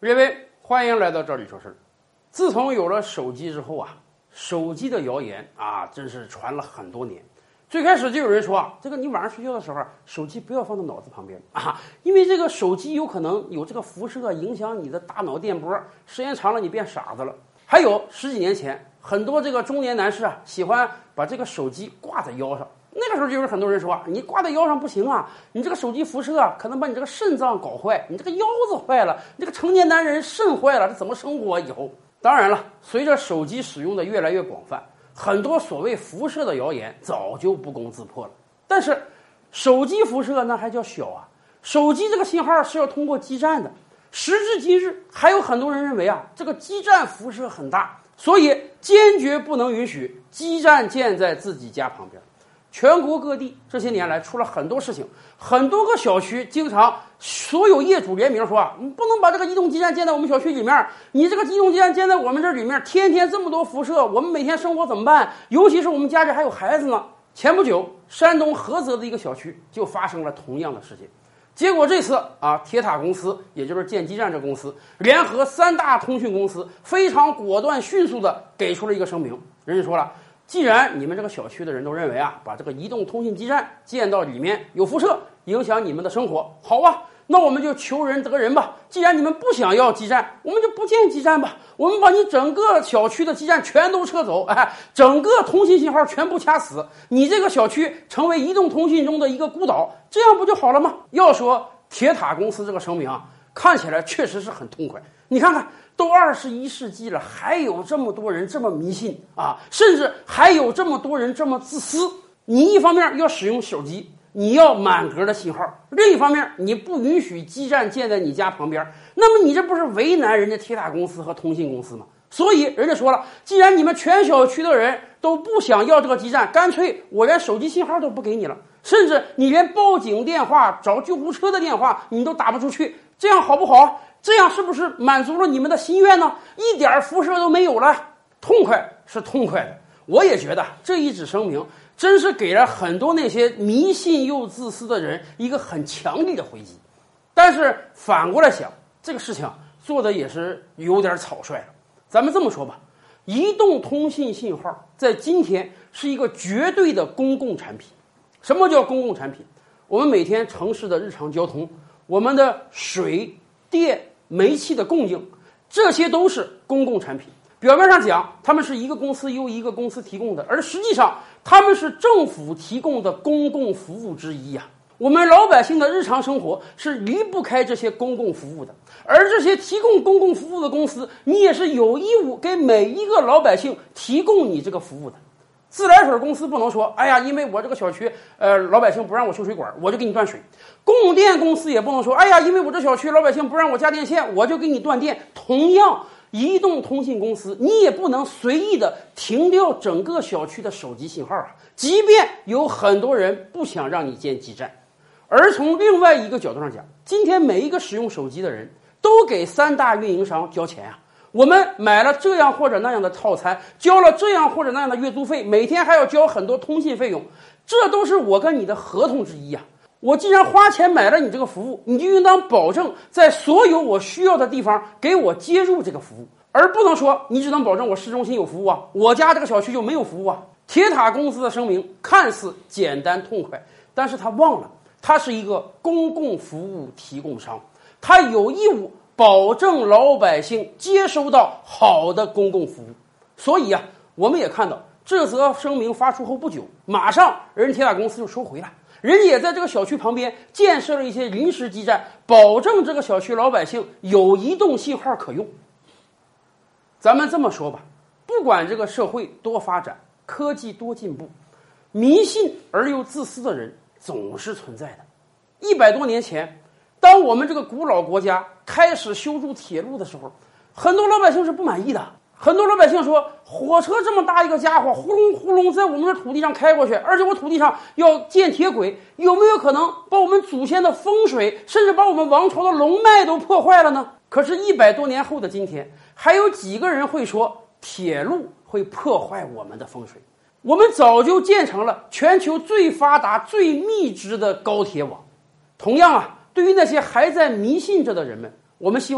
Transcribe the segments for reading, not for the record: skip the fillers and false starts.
列位，欢迎来到这里说事儿。自从有了手机之后啊，手机的谣言啊，真是传了很多年。最开始就有人说啊，这个你晚上睡觉的时候，手机不要放到脑子旁边啊，因为这个手机有可能有这个辐射影响你的大脑电波，时间长了你变傻子了。还有十几年前，很多这个中年男士啊，喜欢把这个手机挂在腰上。那个时候就有很多人说啊，你挂在腰上不行啊，你这个手机辐射啊，可能把你这个肾脏搞坏，你这个腰子坏了，你这个成年男人肾坏了，这怎么生活以后？当然了，随着手机使用的越来越广泛，很多所谓辐射的谣言早就不攻自破了。但是，手机辐射那还叫小啊？手机这个信号是要通过基站的。时至今日，还有很多人认为啊，这个基站辐射很大，所以坚决不能允许基站建在自己家旁边。全国各地这些年来出了很多事情，很多个小区经常所有业主联名说啊，你不能把这个移动基站建在我们小区里面，你这个移动基站建在我们这里面，天天这么多辐射，我们每天生活怎么办？尤其是我们家里还有孩子呢。前不久，山东菏泽的一个小区就发生了同样的事件。结果这次啊，铁塔公司，也就是建基站这公司，联合3大通讯公司，非常果断迅速的给出了一个声明。人家说了，既然你们这个小区的人都认为啊，把这个移动通信基站建到里面有辐射，影响你们的生活，好啊，那我们就求人得人吧。既然你们不想要基站，我们就不建基站吧，我们把你整个小区的基站全都撤走，整个通信信号全部掐死，你这个小区成为移动通信中的一个孤岛，这样不就好了吗？要说铁塔公司这个声明啊，看起来确实是很痛快。你看看，都21世纪了，还有这么多人这么迷信啊，甚至还有这么多人这么自私。你一方面要使用手机，你要满格的信号，另一方面你不允许基站建在你家旁边，那么你这不是为难人家铁塔公司和通信公司吗？所以人家说了，既然你们全小区的人都不想要这个基站，干脆我连手机信号都不给你了，甚至你连报警电话、找救护车的电话你都打不出去，这样好不好？这样是不是满足了你们的心愿呢？一点辐射都没有了，痛快是痛快的。我也觉得这一纸声明真是给了很多那些迷信又自私的人一个很强力的回击。但是反过来想，这个事情做的也是有点草率了。咱们这么说吧，移动通信信号在今天是一个绝对的公共产品。什么叫公共产品？我们每天城市的日常交通，我们的水电煤气的供应，这些都是公共产品。表面上讲，他们是一个公司由一个公司提供的，而实际上他们是政府提供的公共服务之一呀。我们老百姓的日常生活是离不开这些公共服务的，而这些提供公共服务的公司，你也是有义务给每一个老百姓提供你这个服务的。自来水公司不能说，哎呀，因为我这个小区，老百姓不让我修水管，我就给你断水。供电公司也不能说，哎呀，因为我这小区老百姓不让我加电线，我就给你断电。同样，移动通信公司，你也不能随意的停掉整个小区的手机信号啊，即便有很多人不想让你建基站。而从另外一个角度上讲，今天每一个使用手机的人都给3大运营商交钱啊。我们买了这样或者那样的套餐，交了这样或者那样的月租费，每天还要交很多通信费用，这都是我跟你的合同之一啊。我既然花钱买了你这个服务，你就应当保证在所有我需要的地方给我接入这个服务，而不能说你只能保证我市中心有服务啊，我家这个小区就没有服务啊。铁塔公司的声明看似简单痛快，但是他忘了，他是一个公共服务提供商，他有义务保证老百姓接收到好的公共服务。所以啊，我们也看到这则声明发出后不久，马上人家铁塔公司就收回了，人家也在这个小区旁边建设了一些临时基站，保证这个小区老百姓有移动信号可用。咱们这么说吧，不管这个社会多发展，科技多进步，迷信而又自私的人总是存在的。100多年前，当我们这个古老国家开始修筑铁路的时候，很多老百姓是不满意的。很多老百姓说，火车这么大一个家伙，呼隆呼隆在我们的土地上开过去，而且我土地上要建铁轨，有没有可能把我们祖先的风水，甚至把我们王朝的龙脉都破坏了呢？可是100多年后的今天，还有几个人会说铁路会破坏我们的风水？我们早就建成了全球最发达、最密集的高铁网。同样啊，对于那些还在迷信着的人们，我们希望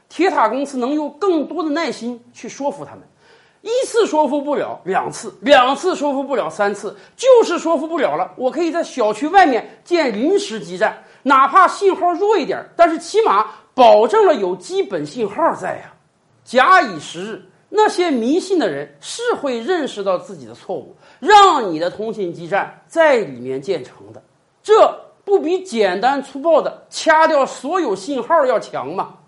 铁塔公司能有更多的耐心去说服他们。一次说服不了，两次说服不了，三次，就是说服不了了，我可以在小区外面建临时基站，哪怕信号弱一点，但是起码保证了有基本信号在呀。假以时日，那些迷信的人是会认识到自己的错误，让你的通信基站在里面建成的。这不比简单粗暴的掐掉所有信号要强吗？